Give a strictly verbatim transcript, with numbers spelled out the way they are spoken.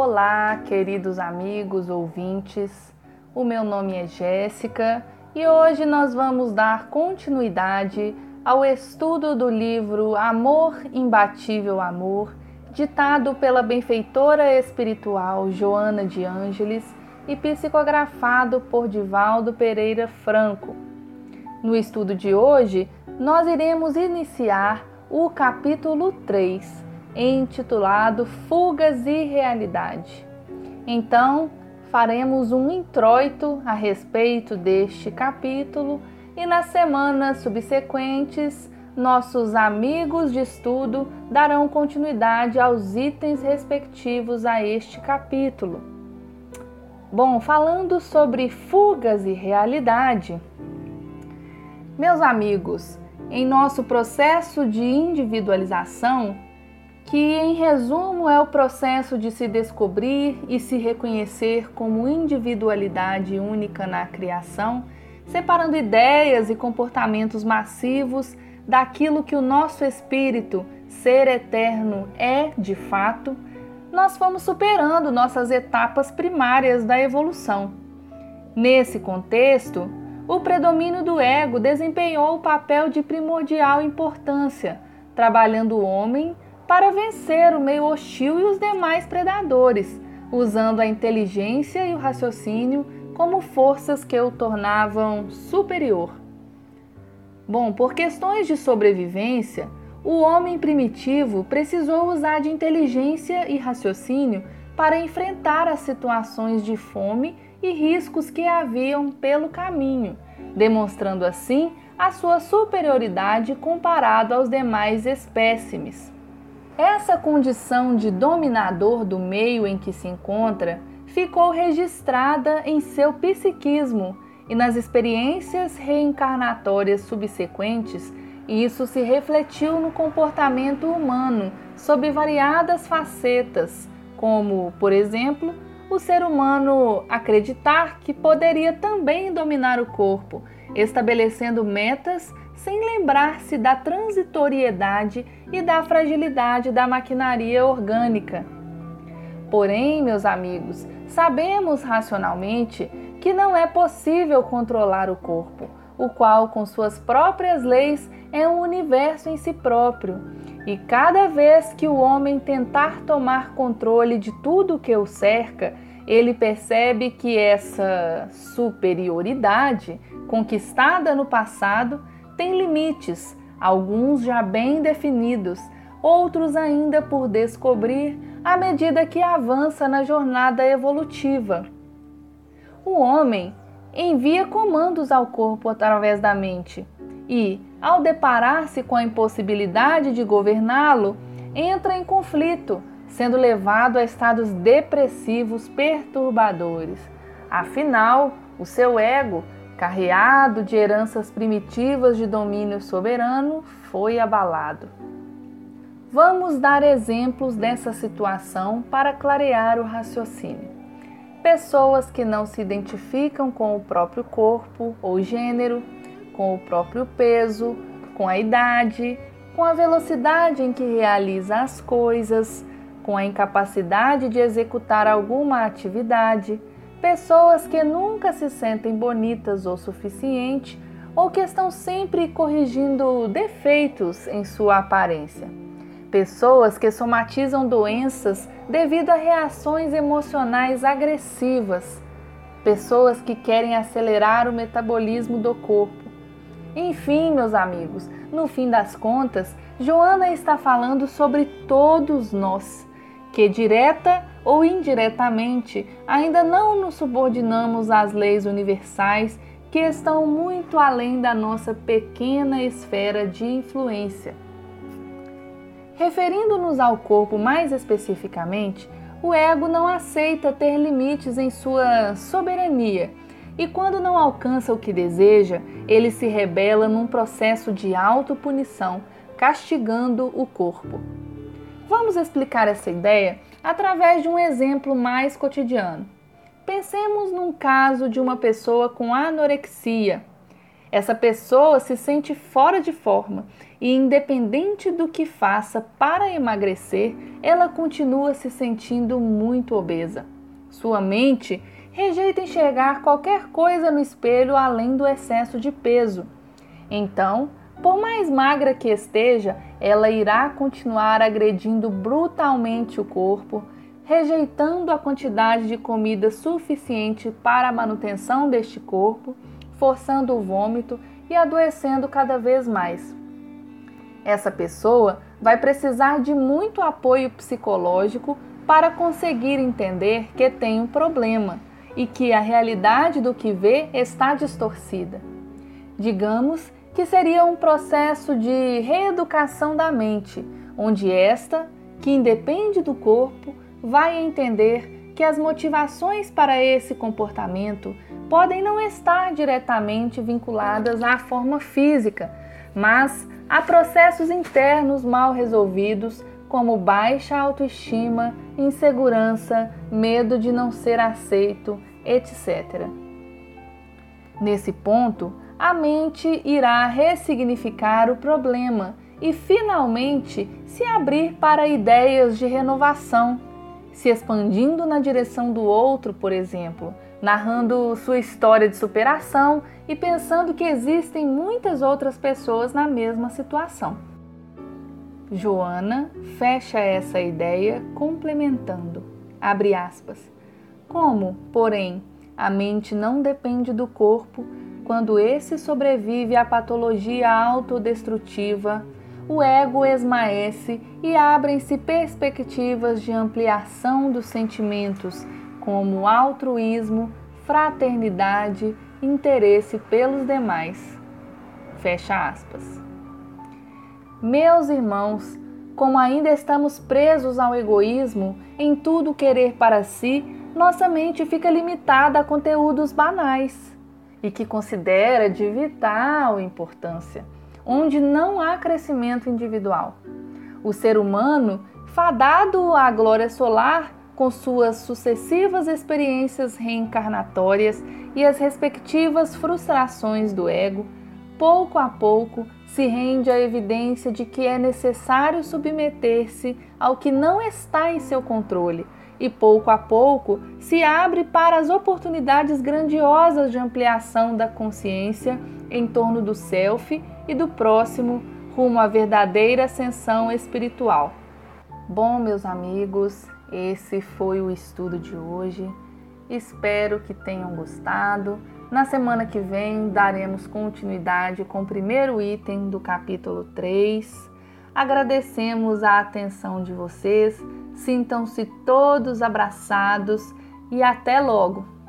Olá, queridos amigos ouvintes, o meu nome é Jéssica e hoje nós vamos dar continuidade ao estudo do livro Amor, Imbatível Amor, ditado pela benfeitora espiritual Joana de Ângeles e psicografado por Divaldo Pereira Franco. No estudo de hoje, nós iremos iniciar o capítulo três, intitulado Fugas e Realidade. Então, faremos um introito a respeito deste capítulo e nas semanas subsequentes, nossos amigos de estudo darão continuidade aos itens respectivos a este capítulo. Bom, falando sobre fugas e realidade, meus amigos, em nosso processo de individualização, que em resumo é o processo de se descobrir e se reconhecer como individualidade única na criação, separando ideias e comportamentos massivos daquilo que o nosso espírito, ser eterno, é de fato, nós fomos superando nossas etapas primárias da evolução. Nesse contexto, o predomínio do ego desempenhou o papel de primordial importância, trabalhando o homem para vencer o meio hostil e os demais predadores, usando a inteligência e o raciocínio como forças que o tornavam superior. Bom, por questões de sobrevivência, o homem primitivo precisou usar de inteligência e raciocínio para enfrentar as situações de fome e riscos que haviam pelo caminho, demonstrando assim a sua superioridade comparado aos demais espécimes. Essa condição de dominador do meio em que se encontra ficou registrada em seu psiquismo e nas experiências reencarnatórias subsequentes, isso se refletiu no comportamento humano sob variadas facetas, como, por exemplo, o ser humano acreditar que poderia também dominar o corpo, estabelecendo metas sem lembrar-se da transitoriedade e da fragilidade da maquinaria orgânica. Porém, meus amigos, sabemos racionalmente que não é possível controlar o corpo, o qual, com suas próprias leis, é um universo em si próprio. E cada vez que o homem tentar tomar controle de tudo o que o cerca, ele percebe que essa superioridade, conquistada no passado, tem limites, alguns já bem definidos, outros ainda por descobrir à medida que avança na jornada evolutiva. O homem envia comandos ao corpo através da mente e, ao deparar-se com a impossibilidade de governá-lo, entra em conflito, sendo levado a estados depressivos perturbadores. Afinal, o seu ego, carreado de heranças primitivas de domínio soberano, foi abalado. Vamos dar exemplos dessa situação para clarear o raciocínio. Pessoas que não se identificam com o próprio corpo ou gênero, com o próprio peso, com a idade, com a velocidade em que realiza as coisas, com a incapacidade de executar alguma atividade, pessoas que nunca se sentem bonitas o suficiente ou que estão sempre corrigindo defeitos em sua aparência. Pessoas que somatizam doenças devido a reações emocionais agressivas. Pessoas que querem acelerar o metabolismo do corpo. Enfim, meus amigos, no fim das contas, Joana está falando sobre todos nós, que direta ou indiretamente ainda não nos subordinamos às leis universais que estão muito além da nossa pequena esfera de influência. Referindo-nos ao corpo mais especificamente, o ego não aceita ter limites em sua soberania e quando não alcança o que deseja, ele se rebela num processo de autopunição, castigando o corpo. Vamos explicar essa ideia através de um exemplo mais cotidiano. Pensemos num caso de uma pessoa com anorexia. Essa pessoa se sente fora de forma e, independente do que faça para emagrecer, ela continua se sentindo muito obesa. Sua mente rejeita enxergar qualquer coisa no espelho além do excesso de peso. Então, por mais magra que esteja, ela irá continuar agredindo brutalmente o corpo, rejeitando a quantidade de comida suficiente para a manutenção deste corpo, forçando o vômito e adoecendo cada vez mais. Essa pessoa vai precisar de muito apoio psicológico para conseguir entender que tem um problema e que a realidade do que vê está distorcida. Digamos que seria um processo de reeducação da mente, onde esta, que independe do corpo, vai entender que as motivações para esse comportamento podem não estar diretamente vinculadas à forma física, mas a processos internos mal resolvidos, como baixa autoestima, insegurança, medo de não ser aceito, etcétera. Nesse ponto, a mente irá ressignificar o problema e finalmente se abrir para ideias de renovação, se expandindo na direção do outro, por exemplo, narrando sua história de superação e pensando que existem muitas outras pessoas na mesma situação. Joana fecha essa ideia complementando, abre aspas, como, porém, a mente não depende do corpo, quando esse sobrevive à patologia autodestrutiva, o ego esmaece e abrem-se perspectivas de ampliação dos sentimentos, como altruísmo, fraternidade, interesse pelos demais. Fecha aspas. Meus irmãos, como ainda estamos presos ao egoísmo, em tudo querer para si, nossa mente fica limitada a conteúdos banais e que considera de vital importância, onde não há crescimento individual. O ser humano, fadado à glória solar, com suas sucessivas experiências reencarnatórias e as respectivas frustrações do ego, pouco a pouco se rende à evidência de que é necessário submeter-se ao que não está em seu controle e pouco a pouco se abre para as oportunidades grandiosas de ampliação da consciência em torno do self e do próximo rumo à verdadeira ascensão espiritual. Bom, meus amigos, esse foi o estudo de hoje. Espero que tenham gostado. Na semana que vem daremos continuidade com o primeiro item do capítulo três. Agradecemos a atenção de vocês. Sintam-se todos abraçados e até logo!